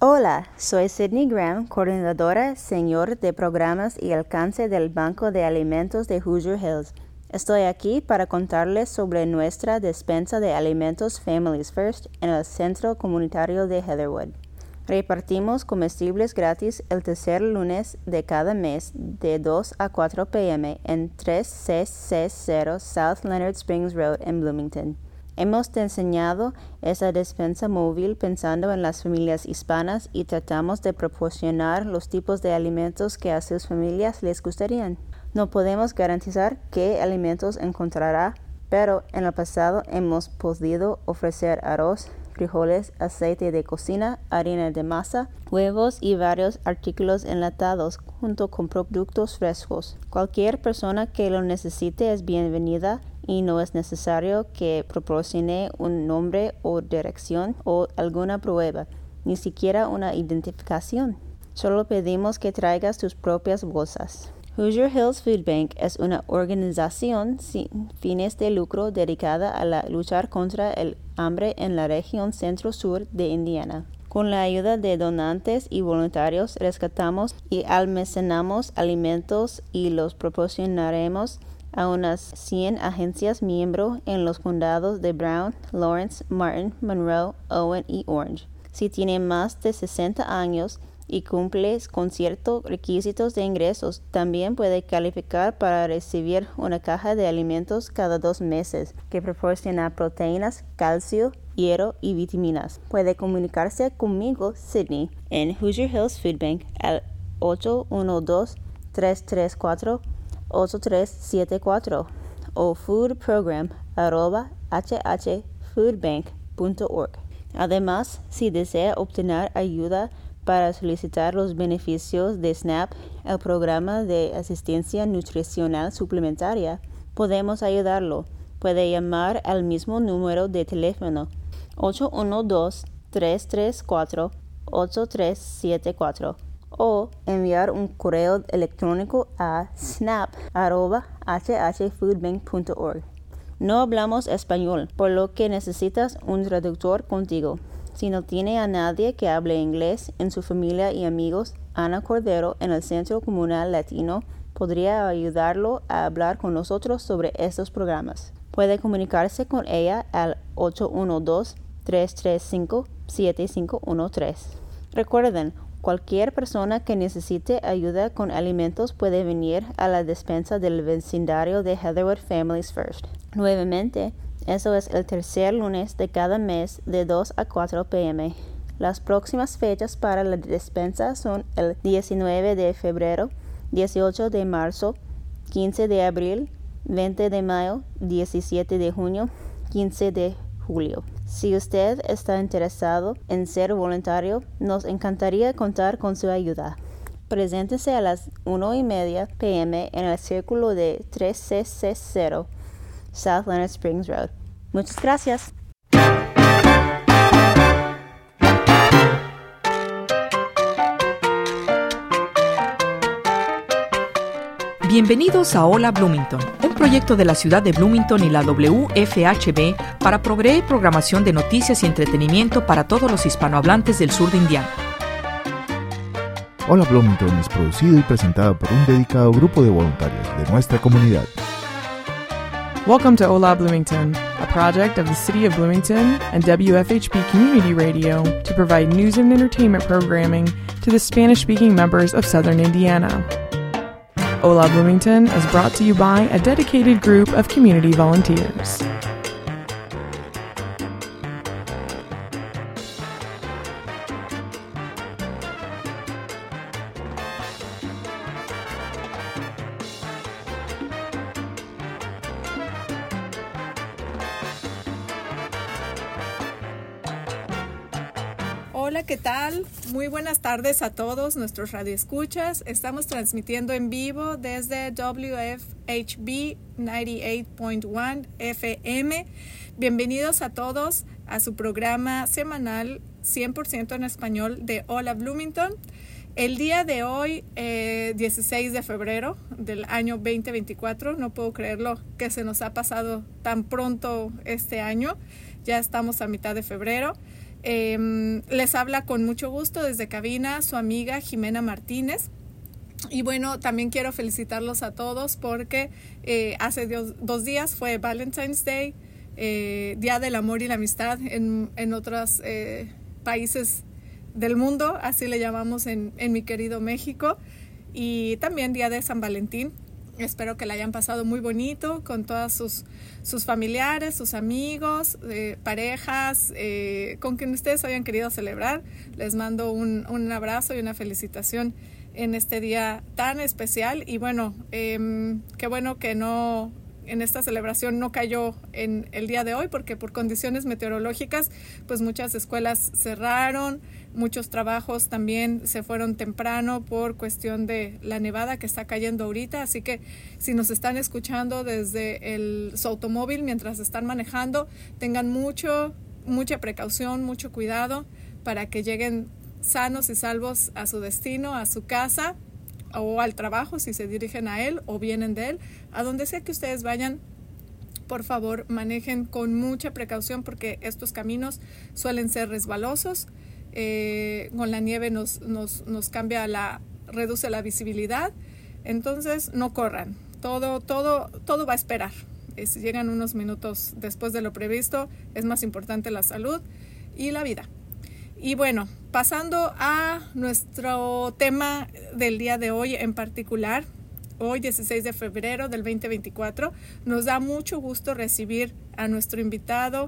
Hola, soy Sydney Graham, coordinadora senior de programas y alcance del Banco de Alimentos de Hoosier Hills. Estoy aquí para contarles sobre nuestra despensa de alimentos Families First en el Centro Comunitario de Heatherwood. Repartimos comestibles gratis el tercer lunes de cada mes de 2 a 4 p.m. en 3660 South Leonard Springs Road en Bloomington. Hemos diseñado esa despensa móvil pensando en las familias hispanas y tratamos de proporcionar los tipos de alimentos que a sus familias les gustarían. No podemos garantizar qué alimentos encontrará, pero en el pasado hemos podido ofrecer arroz, frijoles, aceite de cocina, harina de masa, huevos y varios artículos enlatados junto con productos frescos. Cualquier persona que lo necesite es bienvenida y no es necesario que proporcione un nombre o dirección o alguna prueba, ni siquiera una identificación. Solo pedimos que traigas tus propias bolsas. Hoosier Hills Food Bank es una organización sin fines de lucro dedicada a luchar contra el hambre en la región centro-sur de Indiana. Con la ayuda de donantes y voluntarios, rescatamos y almacenamos alimentos y los proporcionaremos a unas 100 agencias miembro en los condados de Brown, Lawrence, Martin, Monroe, Owen y Orange. Si tiene más de 60 años y cumple con ciertos requisitos de ingresos, también puede calificar para recibir una caja de alimentos cada 2 meses que proporciona proteínas, calcio, hierro y vitaminas. Puede comunicarse conmigo, Sydney, en Hoosier Hills Food Bank al 812-334-8374 o foodprogram@hhfoodbank.org. Además, si desea obtener ayuda para solicitar los beneficios de SNAP, el programa de asistencia nutricional suplementaria, podemos ayudarlo. Puede llamar al mismo número de teléfono 812-334-8374 o enviar un correo electrónico a snap@hhfoodbank.org. No hablamos español, por lo que necesitas un traductor contigo. Si no tiene a nadie que hable inglés en su familia y amigos, Ana Cordero en el Centro Comunal Latino podría ayudarlo a hablar con nosotros sobre estos programas. Puede comunicarse con ella al 812-335-7513. Recuerden, cualquier persona que necesite ayuda con alimentos puede venir a la despensa del vecindario de Heatherwood Families First. Nuevamente, eso es el tercer lunes de cada mes de 2 a 4 p.m. Las próximas fechas para la despensa son el 19 de febrero, 18 de marzo, 15 de abril, 20 de mayo, 17 de junio, 15 de julio. Si usted está interesado en ser voluntario, nos encantaría contar con su ayuda. Preséntese a las 1:30 p.m. en el círculo de 3660 South Leonard Springs Road. Muchas gracias. Bienvenidos a Hola Bloomington, un proyecto de la ciudad de Bloomington y la WFHB para proveer programación de noticias y entretenimiento para todos los hispanohablantes del sur de Indiana. Hola Bloomington es producido y presentado por un dedicado grupo de voluntarios de nuestra comunidad. Welcome to Hola Bloomington, a project of the City of Bloomington and WFHB Community Radio to provide news and entertainment programming to the Spanish-speaking members of Southern Indiana. Hola Bloomington is brought to you by a dedicated group of community volunteers. Hola, ¿qué tal? Muy buenas tardes a todos nuestros radioescuchas. Estamos transmitiendo en vivo desde WFHB 98.1 FM. Bienvenidos a todos a su programa semanal 100% en español de Hola Bloomington. El día de hoy, 16 de febrero del año 2024, no puedo creerlo que se nos ha pasado tan pronto este año. Ya estamos a mitad de febrero. Les habla con mucho gusto desde cabina su amiga Jimena Martínez. Y bueno, también quiero felicitarlos a todos porque hace 2 días fue Valentine's Day, Día del Amor y la Amistad en otros países del mundo, así le llamamos en mi querido México, y también Día de San Valentín. Espero que la hayan pasado muy bonito con todos sus familiares, sus amigos, parejas, con quien ustedes hayan querido celebrar. Les mando un abrazo y una felicitación en este día tan especial. Y bueno, qué bueno que no en esta celebración no cayó en el día de hoy, porque por condiciones meteorológicas pues muchas escuelas cerraron, muchos trabajos también se fueron temprano por cuestión de la nevada que está cayendo ahorita. Así que si nos están escuchando desde su automóvil mientras están manejando, tengan mucha precaución, mucho cuidado para que lleguen sanos y salvos a su destino, a su casa o al trabajo si se dirigen a él o vienen de él. A donde sea que ustedes vayan, por favor manejen con mucha precaución, porque estos caminos suelen ser resbalosos. Con la nieve nos cambia reduce la visibilidad, entonces no corran, todo va a esperar. Si llegan unos minutos después de lo previsto, es más importante la salud y la vida. Y bueno, pasando a nuestro tema del día de hoy en particular, hoy 16 de febrero del 2024, nos da mucho gusto recibir a nuestro invitado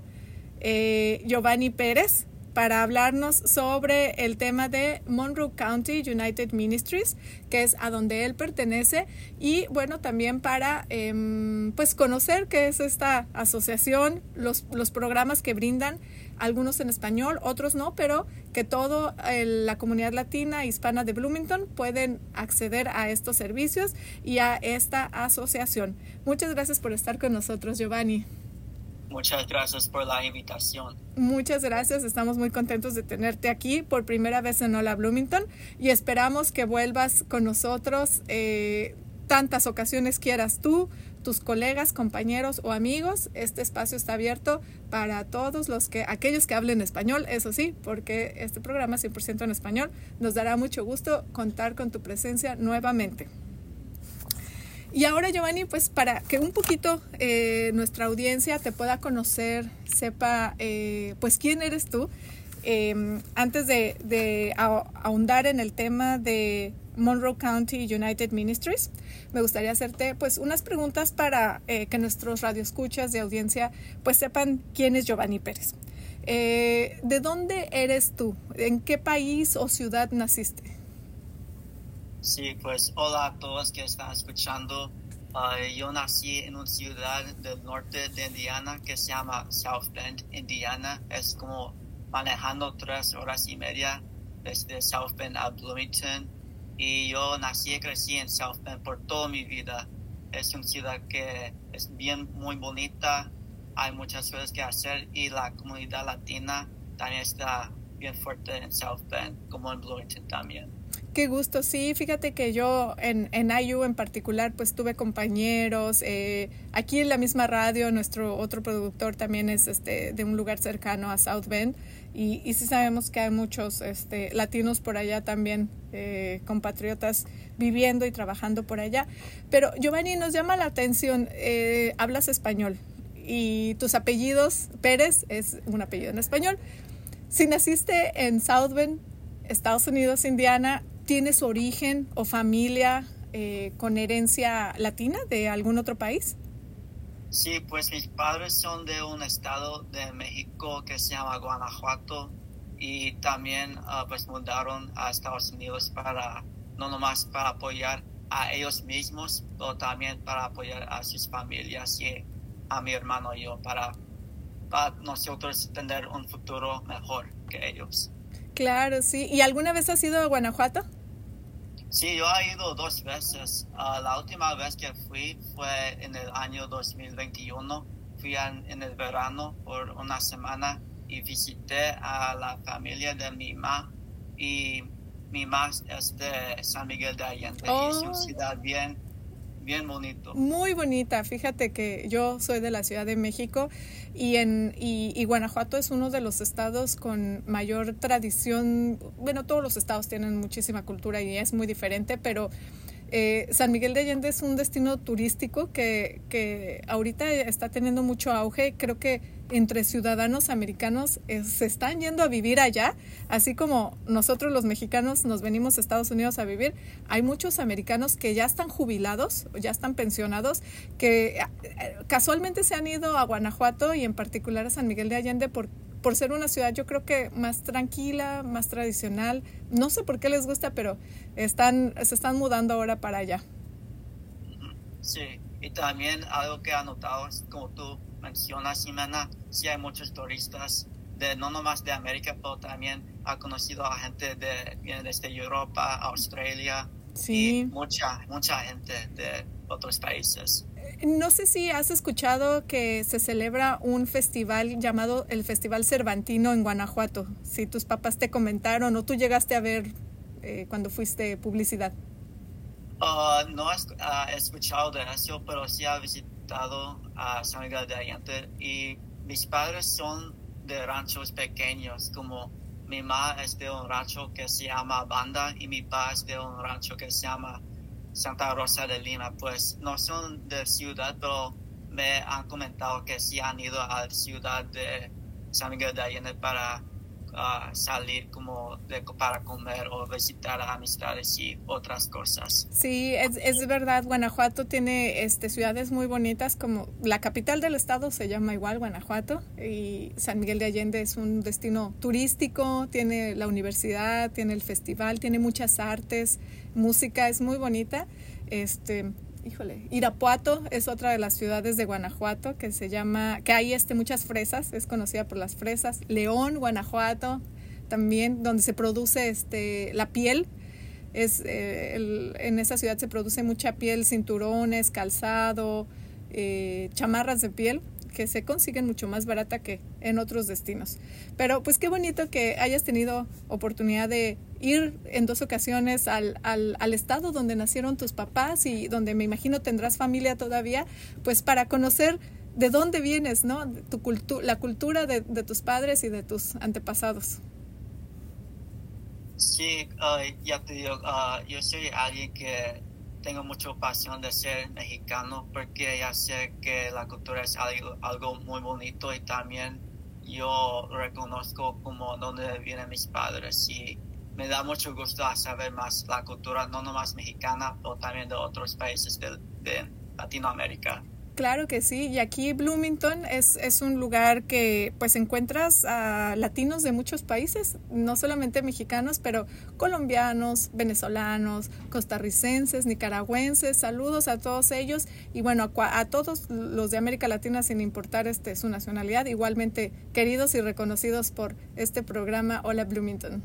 Giovanni Pérez para hablarnos sobre el tema de Monroe County United Ministries, que es a donde él pertenece, y bueno, también para pues conocer qué es esta asociación, los programas que brindan, algunos en español, otros no, pero que toda la comunidad latina hispana de Bloomington pueden acceder a estos servicios y a esta asociación. Muchas gracias por estar con nosotros, Giovanni. Muchas gracias por la invitación. Muchas gracias, estamos muy contentos de tenerte aquí por primera vez en Hola Bloomington y esperamos que vuelvas con nosotros tantas ocasiones quieras tú, tus colegas, compañeros o amigos. Este espacio está abierto para todos aquellos que hablen español, eso sí, porque este programa es 100% en español. Nos dará mucho gusto contar con tu presencia nuevamente. Y ahora, Giovanni, pues para que un poquito nuestra audiencia te pueda conocer, sepa pues quién eres tú, antes de ahondar en el tema de Monroe County United Ministries, me gustaría hacerte pues unas preguntas para que nuestros radioescuchas de audiencia pues sepan quién es Giovanni Pérez. ¿De dónde eres tú? ¿En qué país o ciudad naciste? Sí, pues hola a todos que están escuchando. Yo nací en una ciudad del norte de Indiana que se llama South Bend, Indiana. Es como manejando 3 horas y media desde South Bend a Bloomington. Y yo nací y crecí en South Bend por toda mi vida. Es una ciudad que es muy bonita. Hay muchas cosas que hacer y la comunidad latina también está bien fuerte en South Bend, como en Bloomington también. Qué gusto, sí, fíjate que yo en IU en particular pues tuve compañeros, aquí en la misma radio nuestro otro productor también es de un lugar cercano a South Bend y sí sabemos que hay muchos latinos por allá también, compatriotas viviendo y trabajando por allá. Pero Giovanni, nos llama la atención, hablas español y tus apellidos, Pérez es un apellido en español. Si naciste en South Bend, Estados Unidos, Indiana, ¿tienes origen o familia con herencia latina de algún otro país? Sí, pues mis padres son de un estado de México que se llama Guanajuato y también pues mudaron a Estados Unidos no nomás para apoyar a ellos mismos, pero también para apoyar a sus familias y a mi hermano y yo para nosotros tener un futuro mejor que ellos. Claro, sí. ¿Y alguna vez has ido a Guanajuato? Sí, yo he ido 2 veces. La última vez que fui fue en el año 2021. Fui en el verano por una semana y visité a la familia de mi mamá. Y mi mamá es de San Miguel de Allende. Y es una ciudad bien bien bonito. Muy bonita. Fíjate que yo soy de la Ciudad de México y Guanajuato es uno de los estados con mayor tradición. Bueno, todos los estados tienen muchísima cultura y es muy diferente, pero San Miguel de Allende es un destino turístico que ahorita está teniendo mucho auge. Creo que entre ciudadanos americanos se están yendo a vivir allá, así como nosotros los mexicanos nos venimos a Estados Unidos a vivir. Hay muchos americanos que ya están jubilados, ya están pensionados, que casualmente se han ido a Guanajuato y en particular a San Miguel de Allende por ser una ciudad, yo creo que más tranquila, más tradicional. No sé por qué les gusta, pero se están mudando ahora para allá. Sí, y también algo que he notado es, como tú mencionas, Ximena, sí hay muchos turistas, no nomás de América, pero también ha conocido a gente viene desde Europa, Australia, sí. Y mucha gente de otros países. No sé si has escuchado que se celebra un festival llamado el Festival Cervantino en Guanajuato. Si tus papás te comentaron o tú llegaste a ver cuando fuiste publicidad. No he escuchado de eso, pero sí he visitado a San Miguel de Allende y mis padres son de ranchos pequeños, como mi mamá es de un rancho que se llama Banda y mi papá es de un rancho que se llama Santa Rosa de Lima. Pues no son de ciudad, pero me han comentado que sí han ido a la ciudad de San Miguel de Allende para salir para comer o visitar a amistades y otras cosas. Sí, es verdad. Guanajuato tiene ciudades muy bonitas, como la capital del estado se llama igual Guanajuato, y San Miguel de Allende es un destino turístico, tiene la universidad, tiene el festival, tiene muchas artes, música, es muy bonita. Irapuato es otra de las ciudades de Guanajuato que hay muchas fresas, es conocida por las fresas. León, Guanajuato, también donde se produce la piel. En esa ciudad se produce mucha piel, cinturones, calzado, chamarras de piel, que se consiguen mucho más barata que en otros destinos. Pero pues qué bonito que hayas tenido oportunidad de ir en 2 ocasiones al estado donde nacieron tus papás y donde me imagino tendrás familia todavía, pues para conocer de dónde vienes, ¿no? La cultura de tus padres y de tus antepasados. Sí, ya te digo, yo soy alguien que tengo mucha pasión de ser mexicano porque ya sé que la cultura es algo muy bonito y también yo reconozco como donde vienen mis padres y me da mucho gusto saber más la cultura, no nomás mexicana, pero también de otros países de Latinoamérica. Claro que sí, y aquí Bloomington es un lugar que pues encuentras a latinos de muchos países, no solamente mexicanos, pero colombianos, venezolanos, costarricenses, nicaragüenses. Saludos a todos ellos y bueno, a todos los de América Latina sin importar su nacionalidad, igualmente queridos y reconocidos por este programa Hola Bloomington.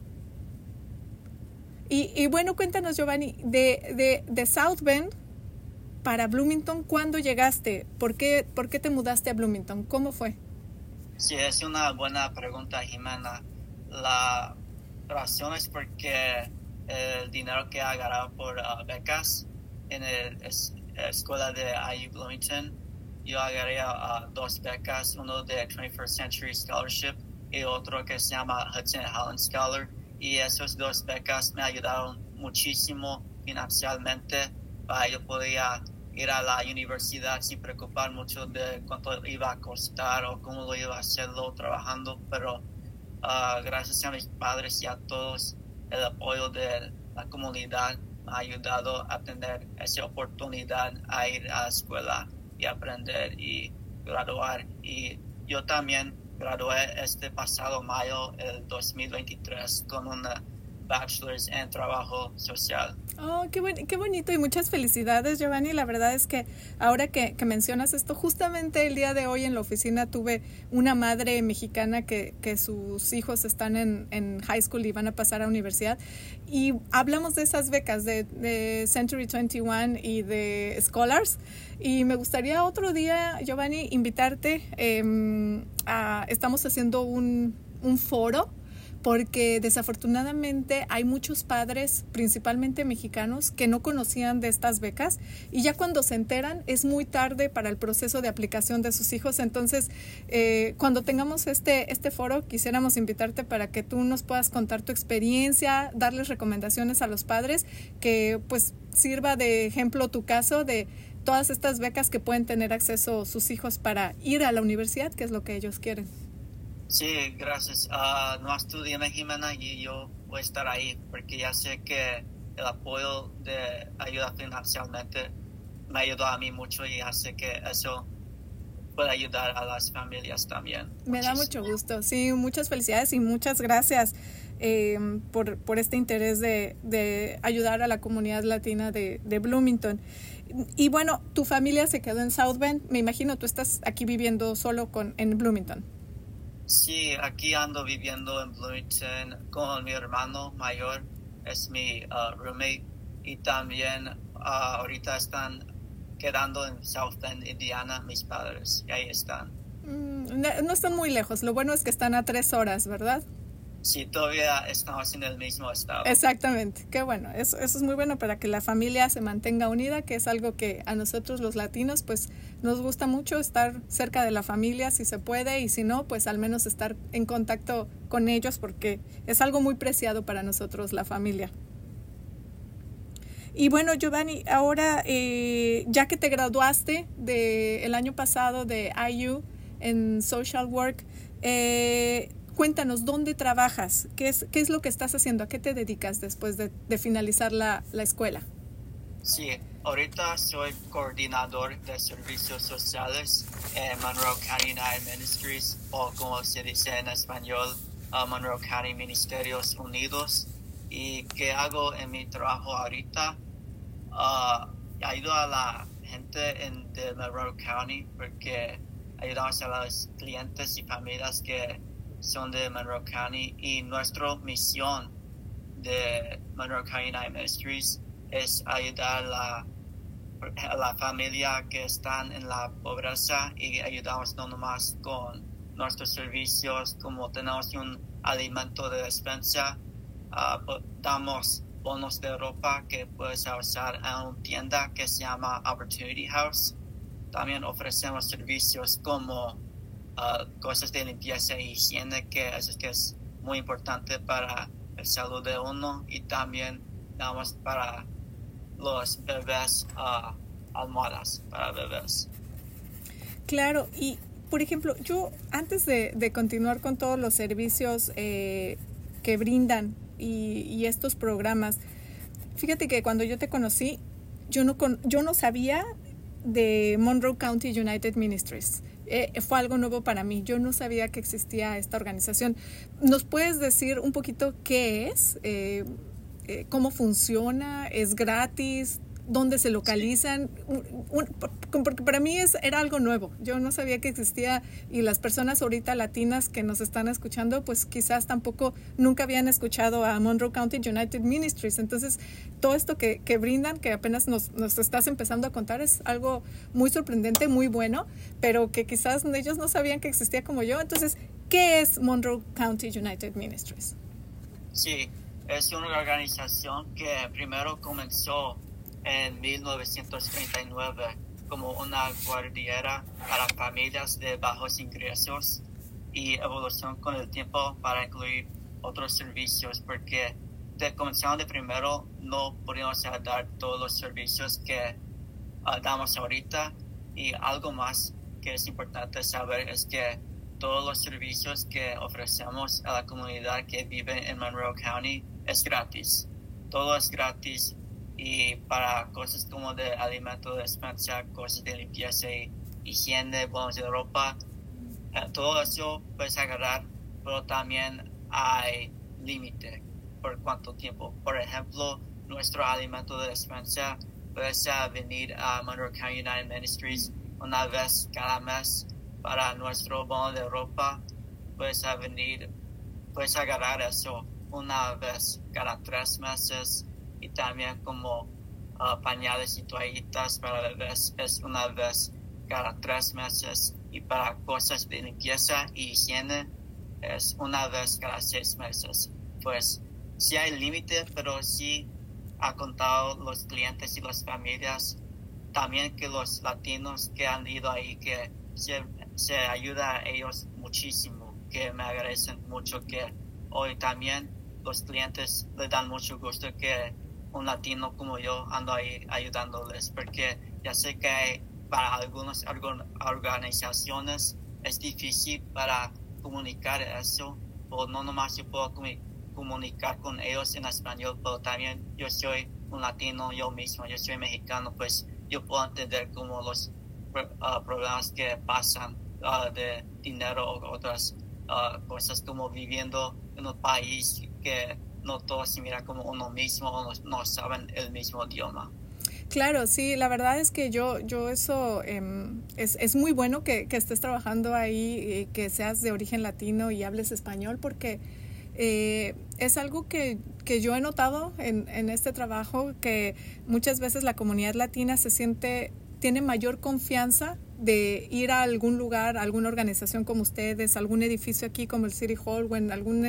Y bueno, cuéntanos, Giovanni, de South Bend para Bloomington, ¿cuándo llegaste? ¿Por qué te mudaste a Bloomington? ¿Cómo fue? Sí, es una buena pregunta, Ximena. La razón es porque el dinero que he agarrado por becas en la escuela de IU Bloomington, yo agarré 2 becas, uno de 21st Century Scholarship y otro que se llama Hudson Holland Scholar. Y esas 2 becas me ayudaron muchísimo financieramente para yo podía ir a la universidad sin preocupar mucho de cuánto iba a costar o cómo lo iba a hacerlo trabajando, pero gracias a mis padres y a todos el apoyo de la comunidad me ha ayudado a tener esa oportunidad a ir a la escuela y aprender y graduar. Y yo también gradué pasado mayo del 2023 con una bachelor's en trabajo social. Oh, qué bonito y muchas felicidades, Giovanni. La verdad es que ahora que mencionas esto, justamente el día de hoy en la oficina tuve una madre mexicana que sus hijos están en high school y van a pasar a universidad y hablamos de esas becas de Century 21 y de Scholars y me gustaría otro día, Giovanni, invitarte estamos haciendo un foro porque desafortunadamente hay muchos padres, principalmente mexicanos, que no conocían de estas becas y ya cuando se enteran es muy tarde para el proceso de aplicación de sus hijos. Entonces, cuando tengamos este foro, quisiéramos invitarte para que tú nos puedas contar tu experiencia, darles recomendaciones a los padres, que pues sirva de ejemplo tu caso de todas estas becas que pueden tener acceso sus hijos para ir a la universidad, que es lo que ellos quieren. Sí, gracias. No estudié Jimena y yo voy a estar ahí porque ya sé que el apoyo de ayuda financieramente me ayudó a mí mucho y ya sé que eso puede ayudar a las familias también. Me da mucho gusto. Sí, muchas felicidades y muchas gracias por este interés de ayudar a la comunidad latina de Bloomington. Y bueno, tu familia se quedó en South Bend. Me imagino tú estás aquí viviendo solo en Bloomington. Sí, aquí ando viviendo en Bloomington con mi hermano mayor, es mi roommate, y también ahorita están quedando en South Bend, Indiana, mis padres, y ahí están. No están muy lejos, lo bueno es que están a 3 horas, ¿verdad? Sí, todavía estamos en el mismo estado. Exactamente, qué bueno, eso es muy bueno para que la familia se mantenga unida, que es algo que a nosotros los latinos pues nos gusta mucho, estar cerca de la familia si se puede, y si no, pues al menos estar en contacto con ellos, porque es algo muy preciado para nosotros la familia. Y bueno, Giovanni, ahora ya que te graduaste el año pasado de IU en Social Work, cuéntanos, ¿dónde trabajas? ¿Qué es lo que estás haciendo? ¿A qué te dedicas después de finalizar la escuela? Sí, ahorita soy coordinador de servicios sociales en Monroe County United Ministries, o como se dice en español, Monroe County Ministerios Unidos. ¿Y qué hago en mi trabajo ahorita? Ayudo a la gente de Monroe County porque ayudamos a los clientes y familias que son de Monroe County, y nuestra misión de Monroe County United Ministries es ayudar a la familia que están en la pobreza, y ayudamos no nomás con nuestros servicios, como tenemos un alimento de despensa, damos bonos de ropa que puedes usar en una tienda que se llama Opportunity House. También ofrecemos servicios como cosas de limpieza y higiene, que es muy importante para la salud de uno, y también damos para los bebés almohadas para bebés. Claro, y por ejemplo, yo antes de continuar con todos los servicios que brindan y estos programas, fíjate que cuando yo te conocí, yo no sabía de Monroe County United Ministries. Fue algo nuevo para mí. Yo no sabía que existía esta organización. ¿Nos puedes decir un poquito qué es? ¿Cómo funciona? ¿Es gratis? ¿Dónde se localizan? Porque para mí era algo nuevo. Yo no sabía que existía, y las personas ahorita latinas que nos están escuchando, pues quizás tampoco nunca habían escuchado a Monroe County United Ministries. Entonces, todo esto que brindan, que apenas nos estás empezando a contar, es algo muy sorprendente, muy bueno, pero que quizás ellos no sabían que existía como yo. Entonces, ¿qué es Monroe County United Ministries? Sí, es una organización que primero comenzó en 1939 como una guardiera para familias de bajos ingresos, y evolucionó con el tiempo para incluir otros servicios, porque comenzaron de primero no podíamos dar todos los servicios que damos ahorita. Y algo más que es importante saber es que todos los servicios que ofrecemos a la comunidad que vive en Monroe County es gratis. Todo es gratis. Y para cosas como de alimento de despensa, cosas de limpieza y higiene, bonos de ropa, todo eso puedes agarrar, pero también hay límite por cuánto tiempo. Por ejemplo, nuestro alimento de despensa, puedes venir a Monroe County United Ministries una vez cada mes. Para nuestro bono de ropa, puedes agarrar eso una vez cada 3 meses. Y también como pañales y toallitas para bebés es una vez cada 3 meses. Y para cosas de limpieza y higiene es una vez cada 6 meses. Pues sí hay límite, pero sí ha contado los clientes y las familias, también que los latinos que han ido ahí, que se ayuda a ellos muchísimo, que me agradecen mucho, que hoy también los clientes les dan mucho gusto que un latino como yo ando ahí ayudándoles, porque ya sé que para algunas organizaciones es difícil para comunicar eso, o no nomás yo puedo comunicar con ellos en español, pero también yo soy un latino yo mismo, yo soy mexicano, pues yo puedo entender como los problemas que pasan de dinero o otras cosas, como viviendo en un país que no todo se mira como uno mismo o no saben el mismo idioma. Claro, sí, la verdad es que yo eso es muy bueno que estés trabajando ahí, que seas de origen latino y hables español, porque es algo que yo he notado en este trabajo, que muchas veces la comunidad latina tiene mayor confianza de ir a algún lugar, a alguna organización como ustedes, algún edificio aquí como el City Hall o en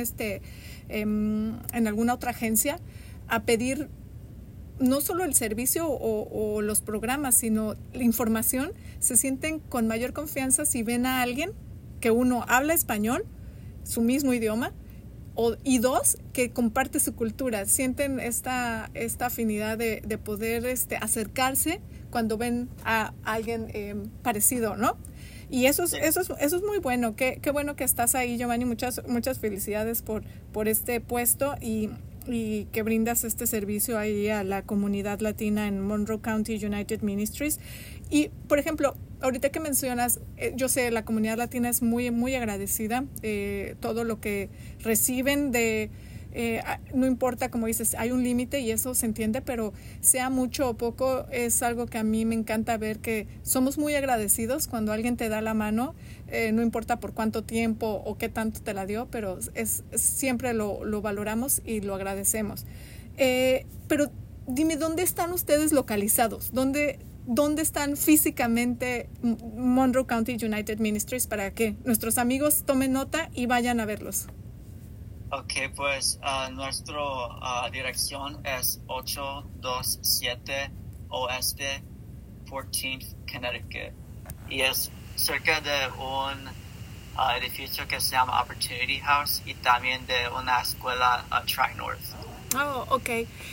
en alguna otra agencia, a pedir no solo el servicio o los programas, sino la información. Se sienten con mayor confianza si ven a alguien que, uno, habla español, su mismo idioma, y dos, que comparte su cultura. Sienten esta afinidad de poder acercarse cuando ven a alguien parecido, ¿no? Y eso es muy bueno. Qué bueno que estás ahí, Giovanni. Muchas felicidades por este puesto y que brindas este servicio ahí a la comunidad latina en Monroe County United Ministries. Y, por ejemplo, ahorita que mencionas, yo sé, la comunidad latina es muy, muy agradecida. Todo lo que reciben no importa, como dices, hay un límite y eso se entiende, pero sea mucho o poco, es algo que a mí me encanta ver, que somos muy agradecidos cuando alguien te da la mano, no importa por cuánto tiempo o qué tanto te la dio, pero siempre lo valoramos y lo agradecemos. Pero dime, ¿dónde están ustedes localizados? ¿Dónde están físicamente Monroe County United Ministries para que nuestros amigos tomen nota y vayan a verlos? Ok, pues nuestra dirección es 827 Oeste 14th Connecticut y es cerca de un edificio que se llama Opportunity House y también de una escuela Tri-North. Oh, ok.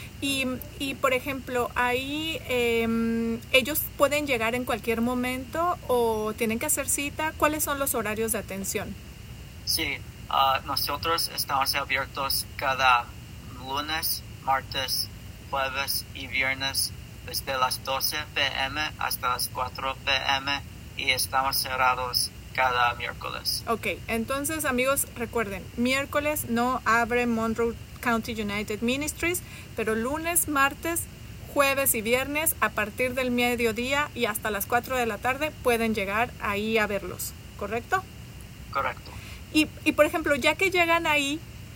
Y por ejemplo, ahí ellos pueden llegar en cualquier momento o tienen que hacer cita. ¿Cuáles son los horarios de atención? Sí, nosotros estamos abiertos cada lunes, martes, jueves y viernes desde las 12 p.m. hasta las 4 p.m. y estamos cerrados cada miércoles. Ok, entonces amigos, recuerden, miércoles no abre Monroe County United Ministries, pero lunes, martes, jueves y viernes a partir del mediodía y hasta las 4 de la tarde pueden llegar ahí a verlos, ¿correcto? Correcto. Y por ejemplo, ya que llegan ahí,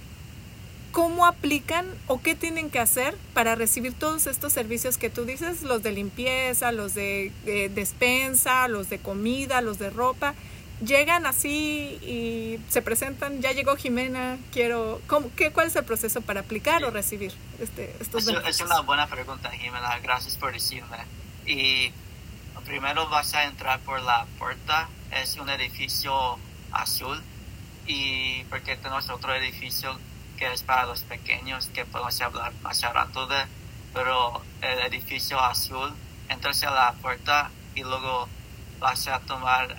¿cómo aplican o qué tienen que hacer para recibir todos estos servicios que tú dices? Los de limpieza, los de despensa, los de comida, los de ropa. Llegan así y se presentan, ya llegó Jimena, ¿cuál es el proceso para aplicar o recibir estos beneficios? Es una buena pregunta, Jimena, gracias por decirme. Y primero vas a entrar por la puerta, es un edificio azul, y porque tenemos otro edificio que es para los pequeños, que podemos hablar más a rato de, pero el edificio azul, entras a la puerta y luego vas a tomar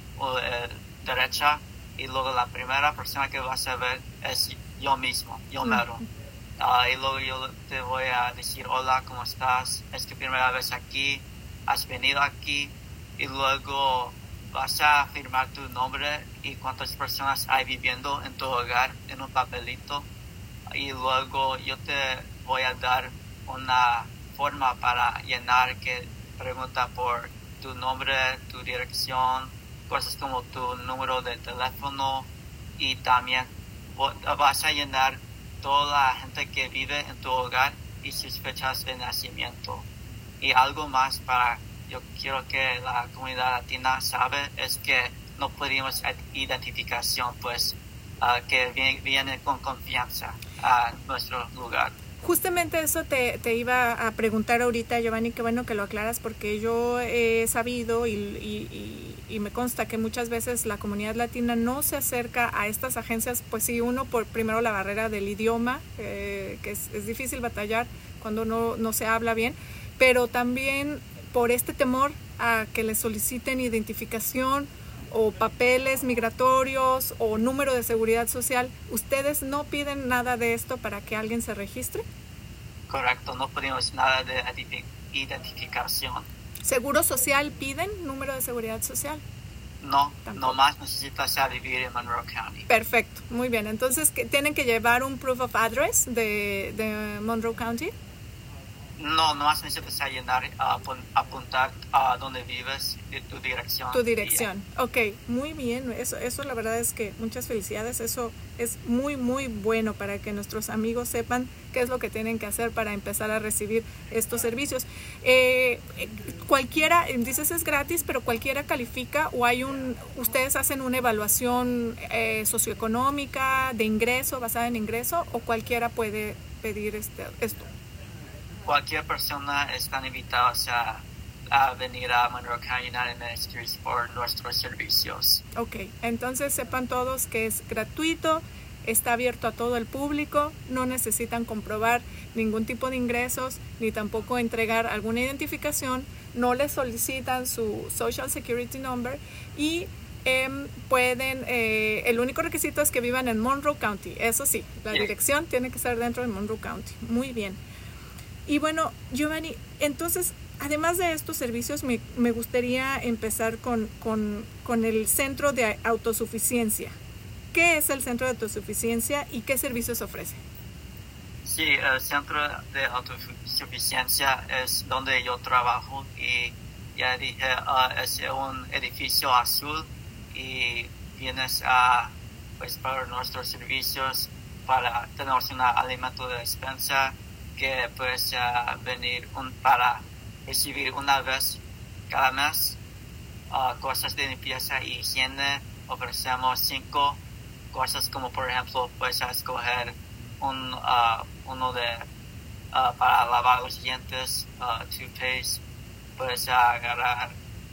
derecha y luego la primera persona que vas a ver es yo mismo, yo mero. Y luego yo te voy a decir, hola, ¿cómo estás? Es tu primera vez aquí, has venido aquí, y luego vas a firmar tu nombre y cuántas personas hay viviendo en tu hogar en un papelito, y luego yo te voy a dar una forma para llenar que pregunta por tu nombre, tu dirección, cosas como tu número de teléfono, y también vas a llenar toda la gente que vive en tu hogar y sus fechas de nacimiento. Y algo más yo quiero que la comunidad latina sabe es que no pedimos identificación, pues que viene con confianza a nuestro lugar. Justamente eso te iba a preguntar ahorita, Giovanni, qué bueno que lo aclaras, porque yo he sabido y me consta que muchas veces la comunidad latina no se acerca a estas agencias, pues sí, uno por primero la barrera del idioma, que es difícil batallar cuando no se habla bien, pero también por este temor a que le soliciten identificación o papeles migratorios o número de seguridad social. ¿Ustedes no piden nada de esto para que alguien se registre? Correcto, no pedimos nada de identificación. ¿Seguro social piden número de seguridad social? No, Tampoco. nomás necesitas vivir en Monroe County. Perfecto, muy bien. Entonces, ¿tienen que llevar un proof of address de Monroe County? No, nomás necesitas llenar, apuntar a dónde vives, tu dirección. Tu dirección, ok, muy bien. Eso la verdad es que muchas felicidades. Eso es muy, muy bueno para que nuestros amigos sepan qué es lo que tienen que hacer para empezar a recibir estos servicios. Cualquiera, dices es gratis, pero cualquiera califica, o ustedes hacen una evaluación socioeconómica de ingreso, basada en ingreso, o cualquiera puede pedir esto. Cualquier persona está invitada a venir a Monroe County United Ministries por nuestros servicios. Ok, entonces sepan todos que es gratuito, está abierto a todo el público, no necesitan comprobar ningún tipo de ingresos, ni tampoco entregar alguna identificación, no les solicitan su Social Security Number y pueden, el único requisito es que vivan en Monroe County, eso sí, la dirección tiene que estar dentro de Monroe County. Muy bien. Y bueno, Giovanni, entonces, además de estos servicios, me gustaría empezar con el Centro de Autosuficiencia. ¿Qué es el Centro de Autosuficiencia y qué servicios ofrece? Sí, el Centro de Autosuficiencia es donde yo trabajo y ya dije, es un edificio azul y vienes para nuestros servicios, tenemos un alimento de despensa que puedes venir para recibir una vez cada mes, cosas de limpieza y higiene. Ofrecemos 5 cosas, como por ejemplo puedes escoger uno para lavar los dientes, toothpaste, puedes agarrar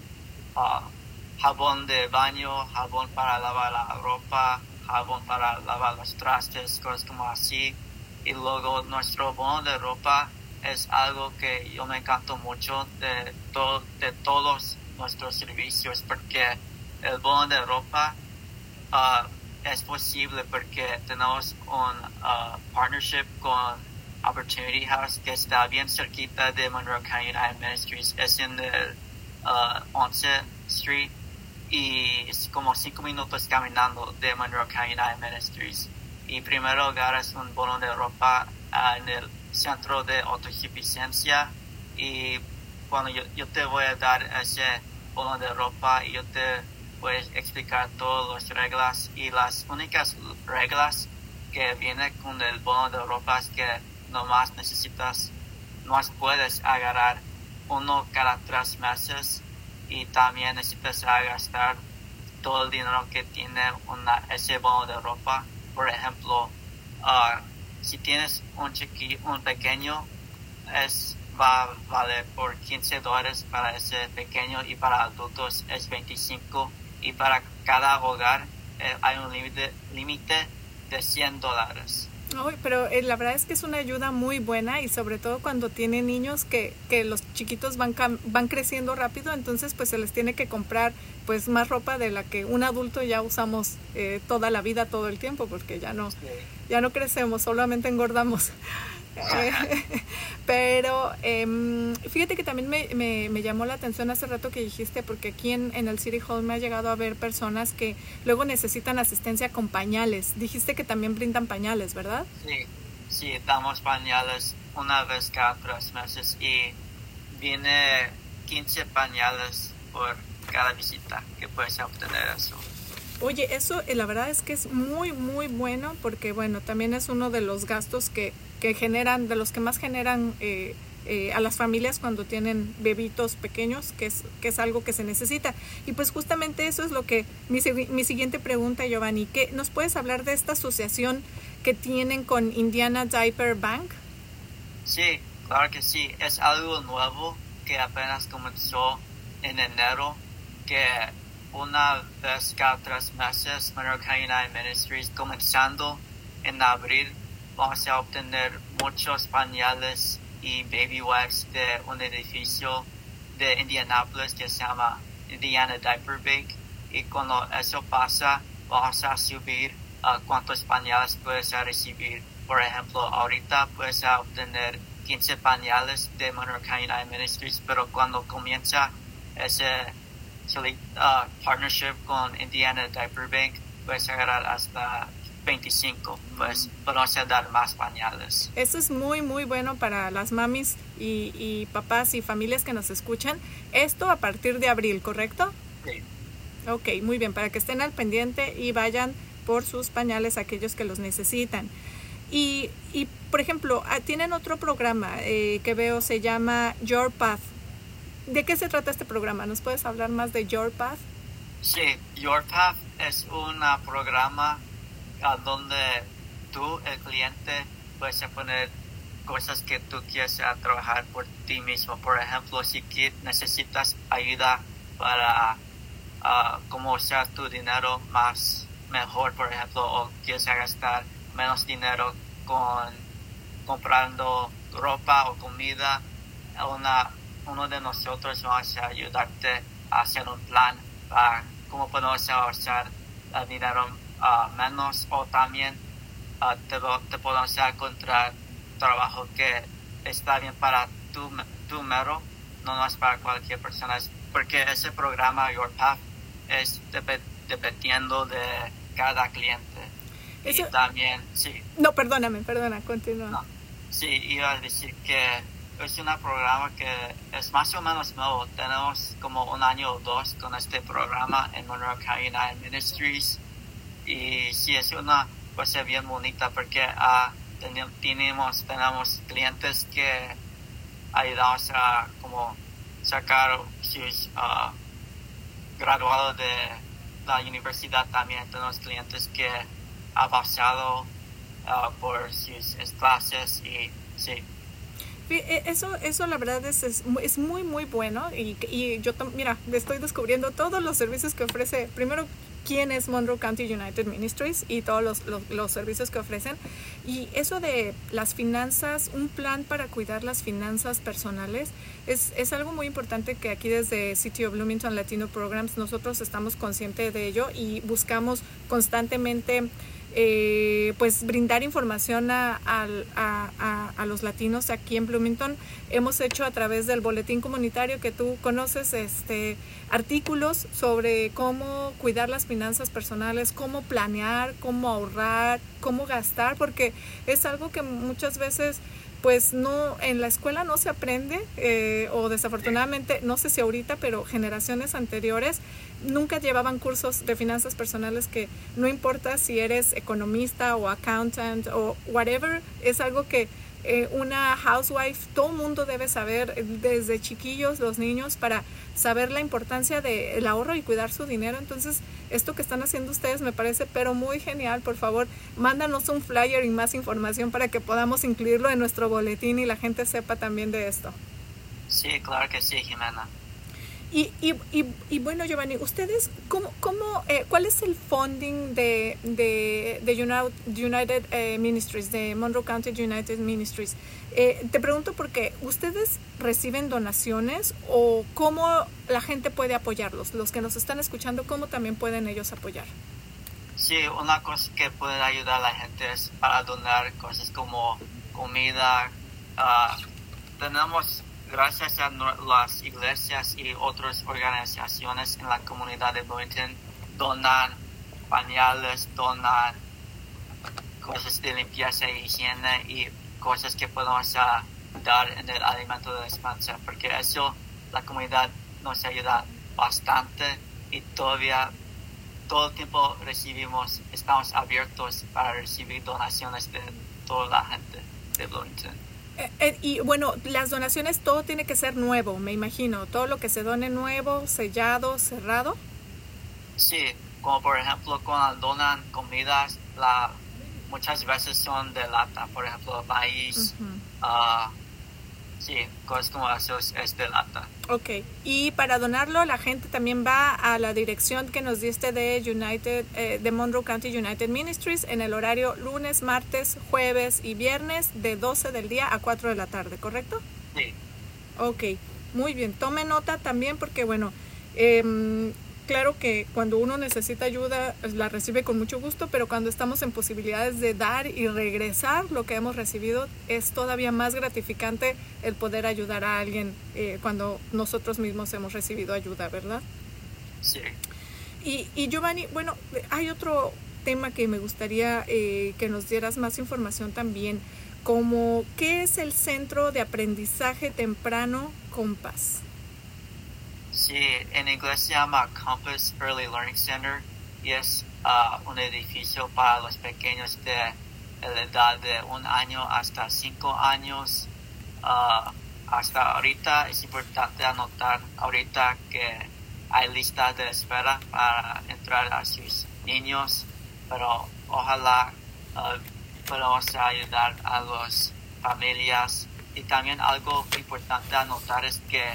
jabón de baño, jabón para lavar la ropa, jabón para lavar los trastes, cosas como así. Y luego nuestro bono de ropa es algo que yo me encanto mucho de todos nuestros servicios, porque el bono de ropa es posible porque tenemos un partnership con Opportunity House, que está bien cerquita de Monroe County United Ministries. Es en el 11th Street y es como 5 minutos caminando de Monroe County United Ministries. Y primero agarras un bono de ropa en el Centro de Autosuficiencia, y cuando yo te voy a dar ese bono de ropa y yo te voy a explicar todas las reglas, y las únicas reglas que vienen con el bono de ropa es que nomás puedes agarrar uno cada 3 meses, y también necesitas gastar todo el dinero que tiene ese bono de ropa. Por ejemplo, si tienes un pequeño, va a valer por $15 para ese pequeño, y para adultos es $25, y para cada hogar hay un límite de $100. Pero la verdad es que es una ayuda muy buena, y sobre todo cuando tienen niños que los chiquitos van creciendo rápido, entonces pues se les tiene que comprar pues más ropa de la que un adulto ya usamos toda la vida, todo el tiempo, porque ya no crecemos, solamente engordamos. Pero fíjate que también me llamó la atención hace rato que dijiste, porque aquí en el City Hall me ha llegado a ver personas que luego necesitan asistencia con pañales. Dijiste que también brindan pañales, ¿verdad? Sí, damos pañales una vez cada 3 meses, y viene 15 pañales por cada visita que puedes obtener eso. Oye, eso la verdad es que es muy, muy bueno, porque bueno, también es uno de los gastos que generan, de los que más generan a las familias cuando tienen bebitos pequeños, que es algo que se necesita. Y pues justamente eso es lo que mi siguiente pregunta, Giovanni, ¿qué nos puedes hablar de esta asociación que tienen con Indiana Diaper Bank? Sí, claro que sí. Es algo nuevo que apenas comenzó en enero, que una vez cada 3 meses Monroe County United Ministries, comenzando en abril, vamos a obtener muchos pañales y baby wipes de un edificio de Indianapolis que se llama Indiana Diaper Bank, y cuando eso pasa vamos a subir cuántos pañales puedes recibir. Por ejemplo, ahorita puedes obtener 15 pañales de Monroe County United Ministries, pero cuando comienza ese partnership con Indiana Diaper Bank puedes agarrar hasta 25, pues vamos a dar más pañales. Eso es muy muy bueno para las mamis y papás y familias que nos escuchan. Esto a partir de abril, ¿correcto? Sí. Ok, muy bien, para que estén al pendiente y vayan por sus pañales aquellos que los necesitan. Y por ejemplo, tienen otro programa que veo, se llama Your Path. ¿De qué se trata este programa? ¿Nos puedes hablar más de Your Path? Sí, Your Path es un programa donde tú, el cliente, puedes poner cosas que tú quieres trabajar por ti mismo. Por ejemplo, si necesitas ayuda para cómo usar tu dinero mejor, por ejemplo, o quieres gastar menos dinero comprando ropa o comida, uno de nosotros vamos a ayudarte a hacer un plan para cómo podemos usar dinero menos, o también te podemos encontrar trabajo que está bien para tu mero, no más para cualquier persona, porque ese programa Your Path es dependiendo de cada cliente. Eso... Y también, sí. No, perdona, continúa. No, sí, iba a decir que es un programa que es más o menos nuevo. Tenemos como 1 año o 2 con este programa en Monroe County United Ministries. Y sí, es una cosa bien bonita porque tenemos clientes que ayudamos a como sacar sus graduados de la universidad. También tenemos clientes que han pasado por sus clases, y sí. Eso la verdad es muy muy bueno, y yo mira, estoy descubriendo todos los servicios que ofrece. Primero, quién es Monroe County United Ministries y todos los servicios que ofrecen, y eso de las finanzas, un plan para cuidar las finanzas personales es algo muy importante que aquí desde City of Bloomington Latino Programs nosotros estamos conscientes de ello y buscamos constantemente pues brindar información a los latinos aquí en Bloomington. Hemos hecho a través del boletín comunitario que tú conoces artículos sobre cómo cuidar las finanzas personales, cómo planear, cómo ahorrar, cómo gastar, porque es algo que muchas veces pues no, en la escuela no se aprende, o desafortunadamente, no sé si ahorita, pero generaciones anteriores nunca llevaban cursos de finanzas personales, que no importa si eres economista o accountant o whatever, es algo que una housewife, todo el mundo debe saber desde chiquillos, los niños, para saber la importancia del ahorro y cuidar su dinero. Entonces, esto que están haciendo ustedes me parece pero muy genial. Por favor, mándanos un flyer y más información para que podamos incluirlo en nuestro boletín y la gente sepa también de esto. Sí, claro que sí, Jimena. Y bueno, Giovanni, ustedes, ¿cuál es el funding de United Ministries, de Monroe County United Ministries? Te pregunto porque ustedes reciben donaciones, o cómo la gente puede apoyarlos, los que nos están escuchando, cómo también pueden ellos apoyar. Sí, una cosa que puede ayudar a la gente es para donar cosas como comida. Tenemos, gracias a las iglesias y otras organizaciones en la comunidad de Bloomington, donan pañales, donan cosas de limpieza e higiene y cosas que podemos dar en el alimento de despensa, porque eso la comunidad nos ayuda bastante, y todavía todo el tiempo estamos abiertos para recibir donaciones de toda la gente de Bloomington. Y bueno, las donaciones, todo tiene que ser nuevo, me imagino. Todo lo que se done nuevo, sellado, cerrado. Sí, como por ejemplo cuando donan comidas, muchas veces son de lata, por ejemplo maíz, sí, cosas como eso es de lata. Ok, y para donarlo la gente también va a la dirección que nos diste de Monroe County United Ministries en el horario lunes, martes, jueves y viernes de 12 del día a 4 de la tarde, ¿correcto? Sí. Ok, muy bien, tome nota también porque bueno, claro que cuando uno necesita ayuda la recibe con mucho gusto, pero cuando estamos en posibilidades de dar y regresar lo que hemos recibido es todavía más gratificante el poder ayudar a alguien cuando nosotros mismos hemos recibido ayuda, ¿verdad? Sí. Y Giovanni, bueno, hay otro tema que me gustaría que nos dieras más información también, como ¿qué es el Centro de Aprendizaje Temprano Compass? Sí, en inglés se llama Compass Early Learning Center y es un edificio para los pequeños de la edad de 1 año hasta 5 años. Hasta ahorita es importante anotar ahorita que hay lista de espera para entrar a sus niños, pero ojalá podamos ayudar a las familias. Y también algo importante anotar es que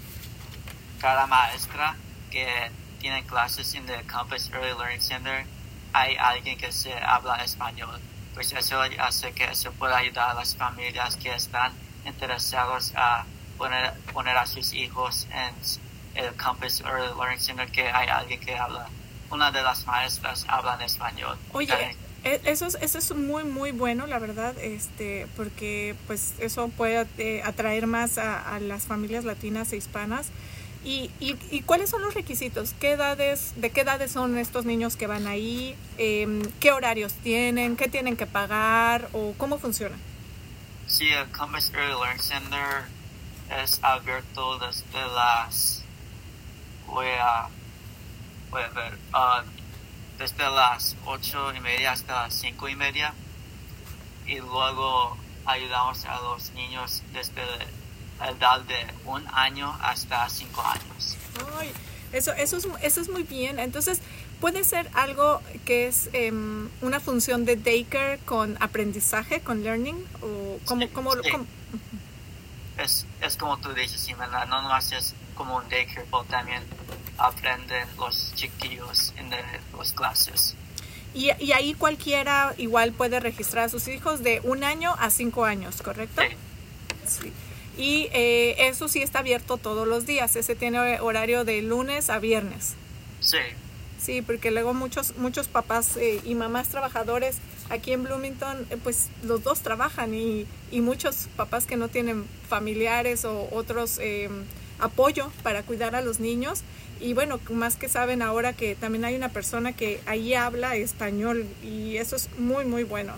cada maestra que tiene clases en el Compass Early Learning Center hay alguien que se habla español, pues eso hace que eso pueda ayudar a las familias que están interesados a poner a sus hijos en el Compass Early Learning Center, que hay alguien que habla, una de las maestras habla en español. Oye, eso es muy muy bueno, la verdad, porque pues eso puede atraer más a las familias latinas e hispanas. ¿Y cuáles son los requisitos? ¿De qué edades son estos niños que van ahí? ¿Qué horarios tienen? ¿Qué tienen que pagar? ¿O cómo funciona? Sí, el Compass Early Learning Center es abierto desde las... Voy a ver... desde las 8:30 hasta las 5:30. Y luego ayudamos a los niños desde la edad de 1 año hasta 5 años. Ay, eso es muy bien. Entonces, ¿puede ser algo que es una función de daycare con aprendizaje, con learning? ¿O cómo? Es como tú dices, Ximena, no nomás es como un daycare, pero también aprenden los chiquillos en las clases. Y ahí cualquiera igual puede registrar a sus hijos de 1 año a 5 años, ¿correcto? Sí. Y eso sí está abierto todos los días. Ese tiene horario de lunes a viernes. Sí. Sí, porque luego muchos papás y mamás trabajadores aquí en Bloomington, pues los dos trabajan y muchos papás que no tienen familiares o otros apoyo para cuidar a los niños. Y bueno, más que saben ahora que también hay una persona que ahí habla español y eso es muy, muy bueno.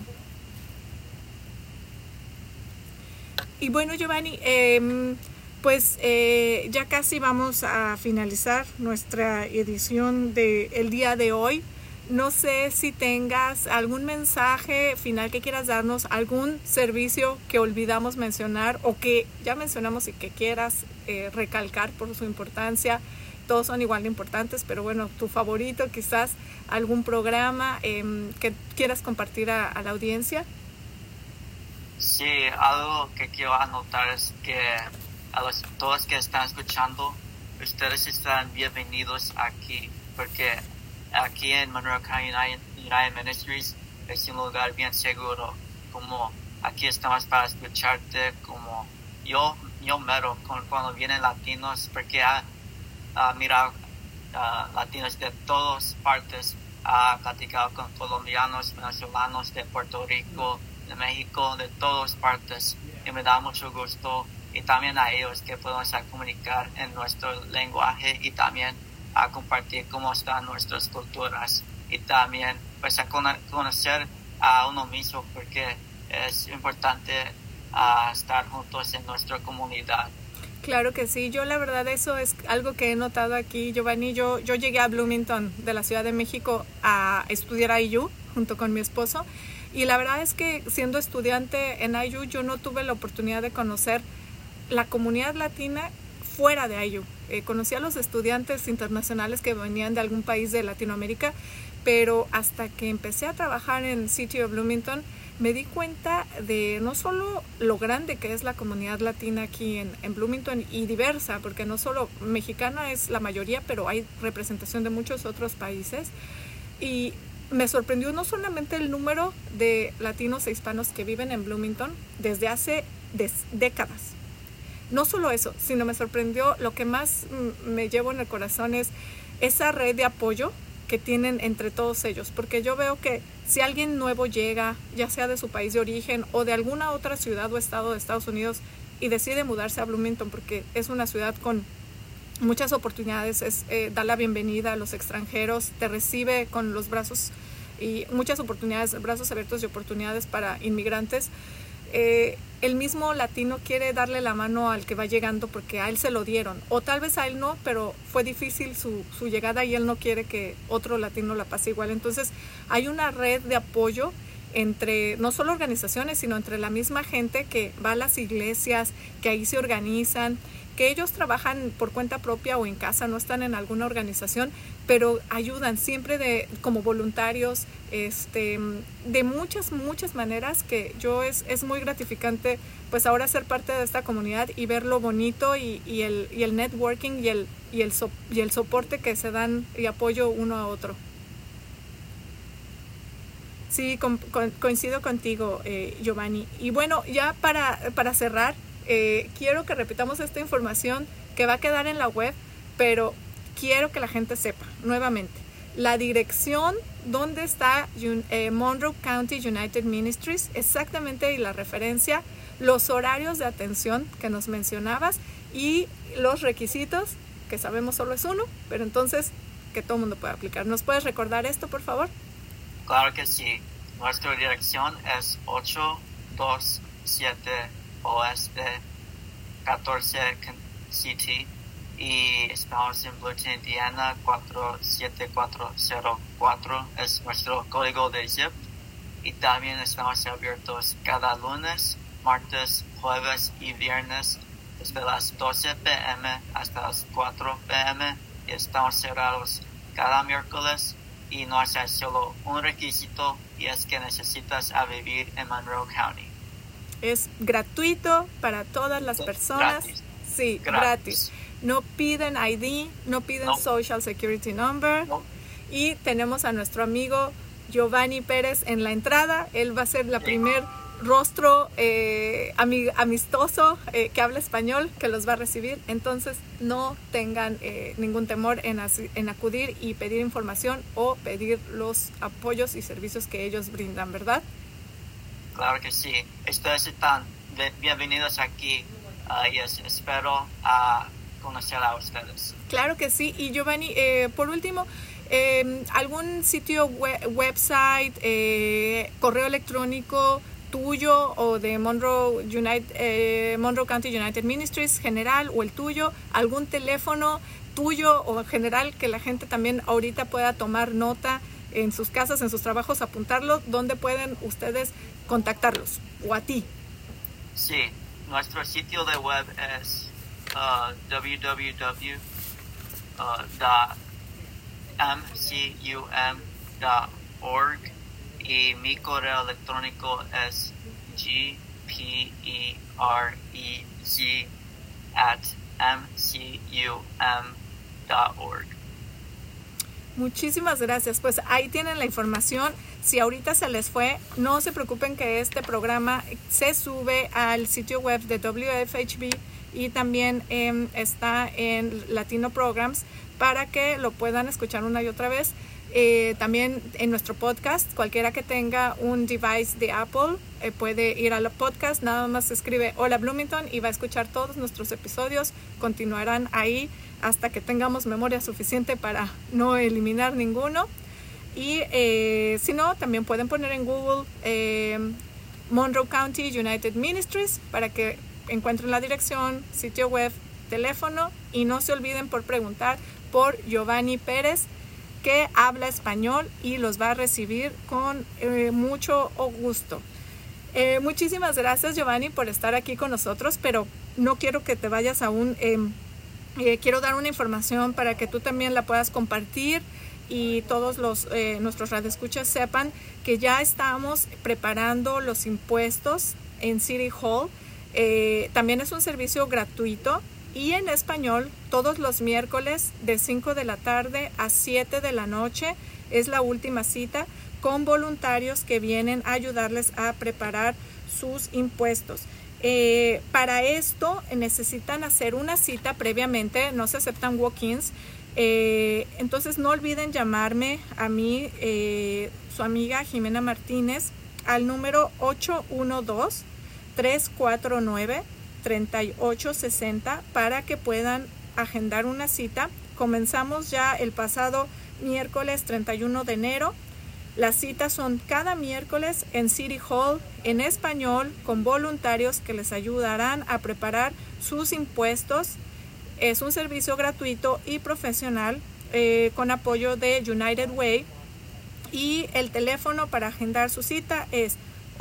Y bueno, Giovanni, pues ya casi vamos a finalizar nuestra edición del día de hoy. No sé si tengas algún mensaje final que quieras darnos, algún servicio que olvidamos mencionar o que ya mencionamos y que quieras recalcar por su importancia. Todos son igual de importantes, pero bueno, tu favorito, quizás algún programa que quieras compartir a la audiencia. Sí, algo que quiero anotar es que todos que están escuchando, ustedes están bienvenidos aquí, porque aquí en Monroe County United Ministries es un lugar bien seguro, como aquí estamos para escucharte, como yo mero cuando vienen latinos, porque mirado latinos de todas partes, platicado con colombianos, venezolanos, de Puerto Rico, de México, de todas partes, y me da mucho gusto, y también a ellos que podemos comunicar en nuestro lenguaje y también a compartir cómo están nuestras culturas y también pues a conocer a uno mismo, porque es importante estar juntos en nuestra comunidad. Claro que sí, yo la verdad eso es algo que he notado aquí, Giovanni. Yo llegué a Bloomington de la Ciudad de México a estudiar IU junto con mi esposo Y la verdad es que siendo estudiante en IU, yo no tuve la oportunidad de conocer la comunidad latina fuera de IU. Conocí a los estudiantes internacionales que venían de algún país de Latinoamérica, pero hasta que empecé a trabajar en City of Bloomington, me di cuenta de no solo lo grande que es la comunidad latina aquí en Bloomington y diversa, porque no solo mexicana es la mayoría, pero hay representación de muchos otros países. Y me sorprendió no solamente el número de latinos e hispanos que viven en Bloomington desde hace décadas. No solo eso, sino me sorprendió, lo que más me llevo en el corazón es esa red de apoyo que tienen entre todos ellos, porque yo veo que si alguien nuevo llega, ya sea de su país de origen o de alguna otra ciudad o estado de Estados Unidos y decide mudarse a Bloomington porque es una ciudad con muchas oportunidades, da la bienvenida a los extranjeros, te recibe con los brazos y muchas oportunidades, brazos abiertos y oportunidades para inmigrantes. El mismo latino quiere darle la mano al que va llegando porque a él se lo dieron, o tal vez a él no, pero fue difícil su llegada y él no quiere que otro latino la pase igual. Entonces hay una red de apoyo entre no solo organizaciones, sino entre la misma gente que va a las iglesias, que ahí se organizan, que ellos trabajan por cuenta propia o en casa, no están en alguna organización, pero ayudan siempre como voluntarios, de muchas muchas maneras, que es muy gratificante pues ahora ser parte de esta comunidad y ver lo bonito y el networking y el soporte que se dan y apoyo uno a otro. Sí, coincido contigo, Giovanni. Y bueno, ya para cerrar, quiero que repitamos esta información que va a quedar en la web, pero quiero que la gente sepa nuevamente la dirección donde está Monroe County United Ministries, exactamente, y la referencia, los horarios de atención que nos mencionabas y los requisitos, que sabemos solo es uno, pero entonces que todo el mundo pueda aplicar. ¿Nos puedes recordar esto, por favor? Claro que sí. Nuestra dirección es 827 Oeste 14 City y estamos en Bloomington, Indiana 47404 es nuestro código de zip, y también estamos abiertos cada lunes, martes, jueves y viernes desde las 12 p.m. hasta las 4 p.m. y estamos cerrados cada miércoles. Y no es solo un requisito, y es que necesitas vivir en Monroe County. Es gratuito para todas las personas. Gratis. Sí, gratis. No piden ID, no piden Social Security Number. No. Y tenemos a nuestro amigo Giovanni Pérez en la entrada. Él va a ser la primer rostro amistoso que habla español que los va a recibir. Entonces no tengan ningún temor en acudir y pedir información o pedir los apoyos y servicios que ellos brindan, ¿verdad? Claro que sí. Ustedes están bienvenidos aquí y espero conocer a ustedes. Claro que sí. Y Giovanni, por último, ¿algún sitio website, correo electrónico tuyo o de Monroe County United Ministries general, o el tuyo, algún teléfono tuyo o general que la gente también ahorita pueda tomar nota en sus casas, en sus trabajos, apuntarlo, ¿dónde pueden ustedes contactarlos o a ti? Sí, nuestro sitio de web es www.mcum.org y mi correo electrónico es gperez@mcum.org. Muchísimas gracias. Pues ahí tienen la información. Si ahorita se les fue, no se preocupen que este programa se sube al sitio web de WFHB y también está en Latino Programs para que lo puedan escuchar una y otra vez. También en nuestro podcast, cualquiera que tenga un device de Apple puede ir al podcast, nada más escribe Hola Bloomington y va a escuchar todos nuestros episodios. Continuarán ahí hasta que tengamos memoria suficiente para no eliminar ninguno. Y si no, también pueden poner en Google Monroe County United Ministries para que encuentren la dirección, sitio web, teléfono, y no se olviden por preguntar por Giovanni Pérez. que habla español y los va a recibir con mucho gusto. Muchísimas gracias, Giovanni, por estar aquí con nosotros, pero no quiero que te vayas aún. Quiero dar una información para que tú también la puedas compartir y todos nuestros radioescuchas sepan que ya estamos preparando los impuestos en City Hall. También es un servicio gratuito y en español todos los miércoles de 5 de la tarde a 7 de la noche. Es la última cita con voluntarios que vienen a ayudarles a preparar sus impuestos. Para esto necesitan hacer una cita previamente, no se aceptan walk-ins. Entonces no olviden llamarme a mí, su amiga Jimena Martínez, al número 812-349-3860 para que puedan agendar una cita. Comenzamos ya el pasado miércoles 31 de enero. Las citas son cada miércoles en City Hall en español con voluntarios que les ayudarán a preparar sus impuestos. Es un servicio gratuito y profesional con apoyo de United Way y el teléfono para agendar su cita es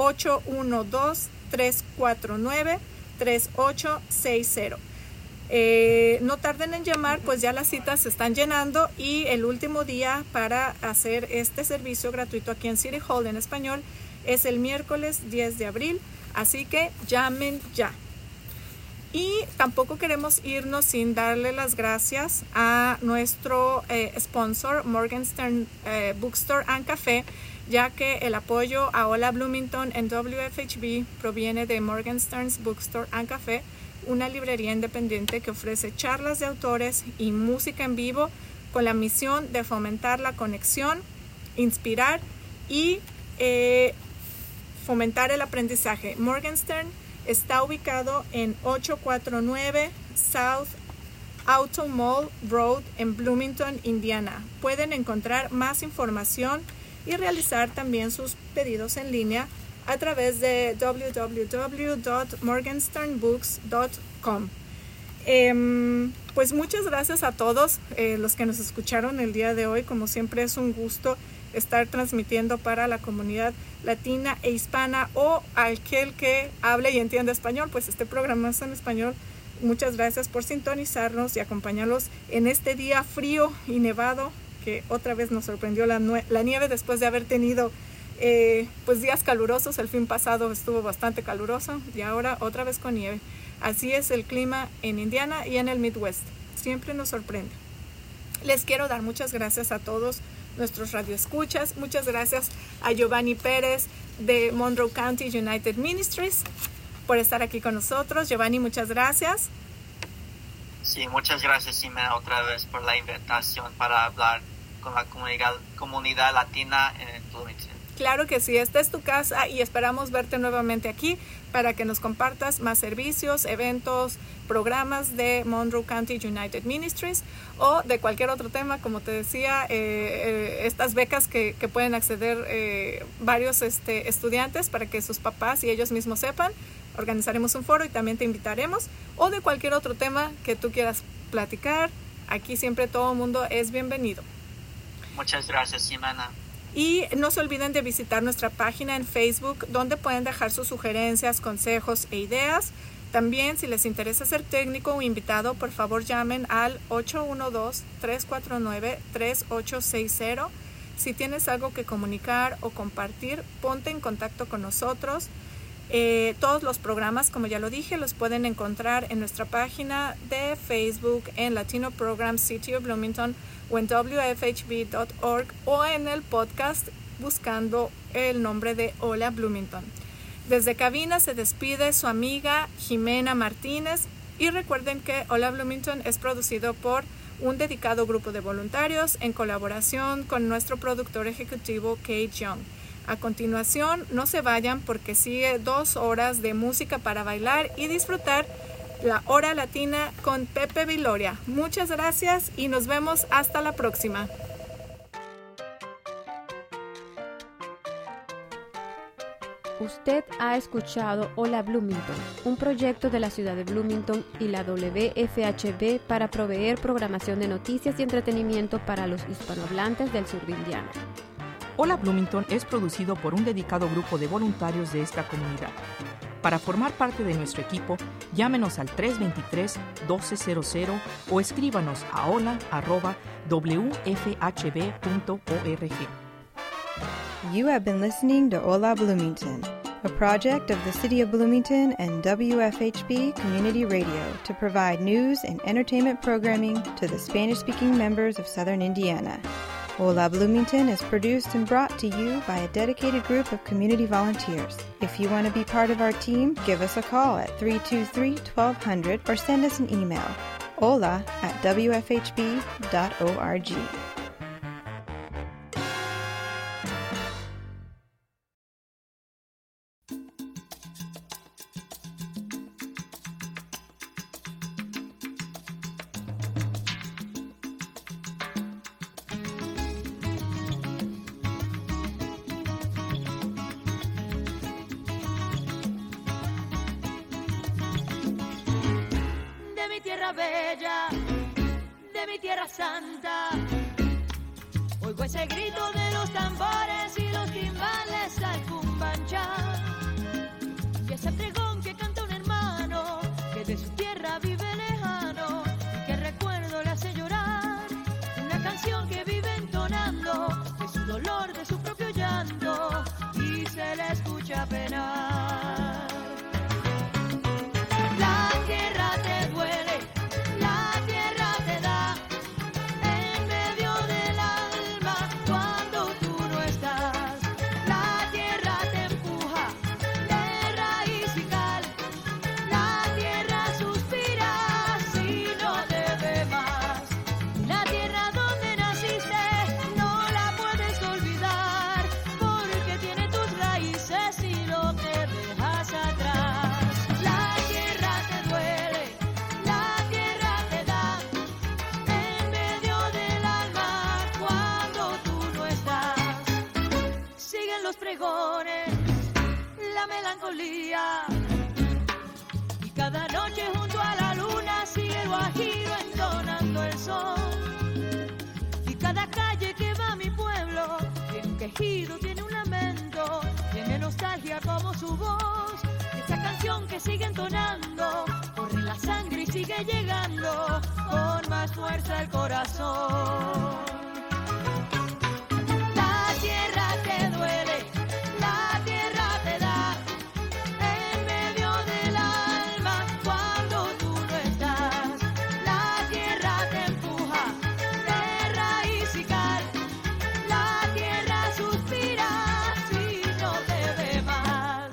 812-349-3860. No tarden en llamar, pues ya las citas se están llenando y el último día para hacer este servicio gratuito aquí en City Hall en español es el miércoles 10 de abril, así que llamen ya. Y tampoco queremos irnos sin darle las gracias a nuestro sponsor Morgenstern Bookstore and Café, ya que el apoyo a Hola Bloomington en WFHB proviene de Morgenstern's Bookstore and Café, una librería independiente que ofrece charlas de autores y música en vivo con la misión de fomentar la conexión, inspirar y fomentar el aprendizaje. Morgenstern está ubicado en 849 South Auto Mall Road en Bloomington, Indiana. Pueden encontrar más información y realizar también sus pedidos en línea a través de www.morgensternbooks.com. Pues muchas gracias a todos los que nos escucharon el día de hoy. Como siempre es un gusto estar transmitiendo para la comunidad latina e hispana o aquel que hable y entienda español, pues este programa es en español. Muchas gracias por sintonizarnos y acompañarnos en este día frío y nevado que otra vez nos sorprendió la nieve después de haber tenido pues días calurosos. El fin pasado estuvo bastante caluroso y ahora otra vez con nieve. Así es el clima en Indiana y en el Midwest. Siempre nos sorprende. Les quiero dar muchas gracias a todos nuestros radioescuchas. Muchas gracias a Giovanni Pérez de Monroe County United Ministries por estar aquí con nosotros. Giovanni, muchas gracias. Sí, muchas gracias, Jimena, otra vez por la invitación para hablar con la comunidad latina en Bloomington. Claro que sí, esta es tu casa y esperamos verte nuevamente aquí para que nos compartas más servicios, eventos, programas de Monroe County United Ministries o de cualquier otro tema, como te decía, estas becas que pueden acceder varios estudiantes para que sus papás y ellos mismos sepan. Organizaremos un foro y también te invitaremos, o de cualquier otro tema que tú quieras platicar. Aquí siempre todo el mundo es bienvenido. Muchas gracias, Jimena. Y no se olviden de visitar nuestra página en Facebook, donde pueden dejar sus sugerencias, consejos e ideas. También, si les interesa ser técnico o invitado, por favor llamen al 812-349-3860. Si tienes algo que comunicar o compartir, ponte en contacto con nosotros. Todos los programas, como ya lo dije, los pueden encontrar en nuestra página de Facebook en Latino Program City of Bloomington o en wfhb.org o en el podcast buscando el nombre de Hola Bloomington. Desde cabina se despide su amiga Jimena Martínez y recuerden que Hola Bloomington es producido por un dedicado grupo de voluntarios en colaboración con nuestro productor ejecutivo Kate Young. A continuación, no se vayan porque sigue 2 horas de música para bailar y disfrutar la hora latina con Pepe Viloria. Muchas gracias y nos vemos hasta la próxima. Usted ha escuchado Hola Bloomington, un proyecto de la ciudad de Bloomington y la WFHB para proveer programación de noticias y entretenimiento para los hispanohablantes del sur de Indiana. Hola Bloomington es producido por un dedicado grupo de voluntarios de esta comunidad. Para formar parte de nuestro equipo, llámenos al 323-1200 o escríbanos a hola@wfhb.org. You have been listening to Hola Bloomington, a project of the City of Bloomington and WFHB Community Radio to provide news and entertainment programming to the Spanish-speaking members of Southern Indiana. Hola Bloomington is produced and brought to you by a dedicated group of community volunteers. If you want to be part of our team, give us a call at 323-1200 or send us an email, hola@wfhb.org. Bella, de mi tierra santa, oigo ese grito de los tambores y los timbales al cumbanchá, y ese pregón que canta un hermano que de su tierra vive lejano, y que recuerdo le hace llorar, una canción que vive entonando de su dolor, de su propio llanto, y se le escucha penar. La tierra te duele, la melancolía, y cada noche junto a la luna sigue el guajiro entonando el sol, y cada calle que va a mi pueblo tiene un quejido, tiene un lamento, tiene nostalgia como su voz, y esa canción que sigue entonando corre la sangre y sigue llegando con más fuerza al corazón. La tierra te duele, la tierra te da en medio del alma cuando tú no estás. La tierra te empuja de raíz y cal. La tierra suspira si no te ve más.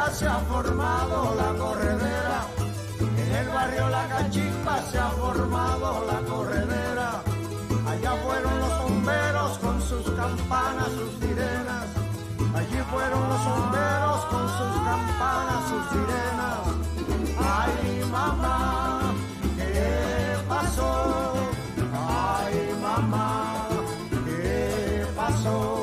Cachimba se ha formado la corredera. En el barrio La Cachimba se ha formado la corredera. Allá fueron los bomberos con sus campanas, sus sirenas. Allí fueron los bomberos con sus campanas, sus sirenas. Ay, mamá, ¿qué pasó? Ay, mamá, ¿qué pasó?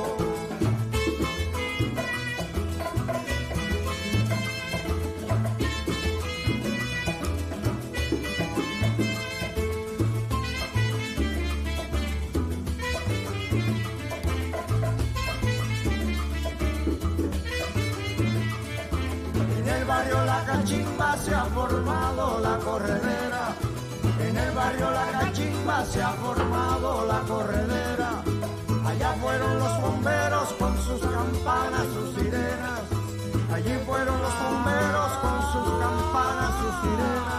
La Cachimba se ha formado la corredera. En el barrio La Cachimba se ha formado la corredera. Allá fueron los bomberos con sus campanas, sus sirenas. Allí fueron los bomberos con sus campanas, sus sirenas.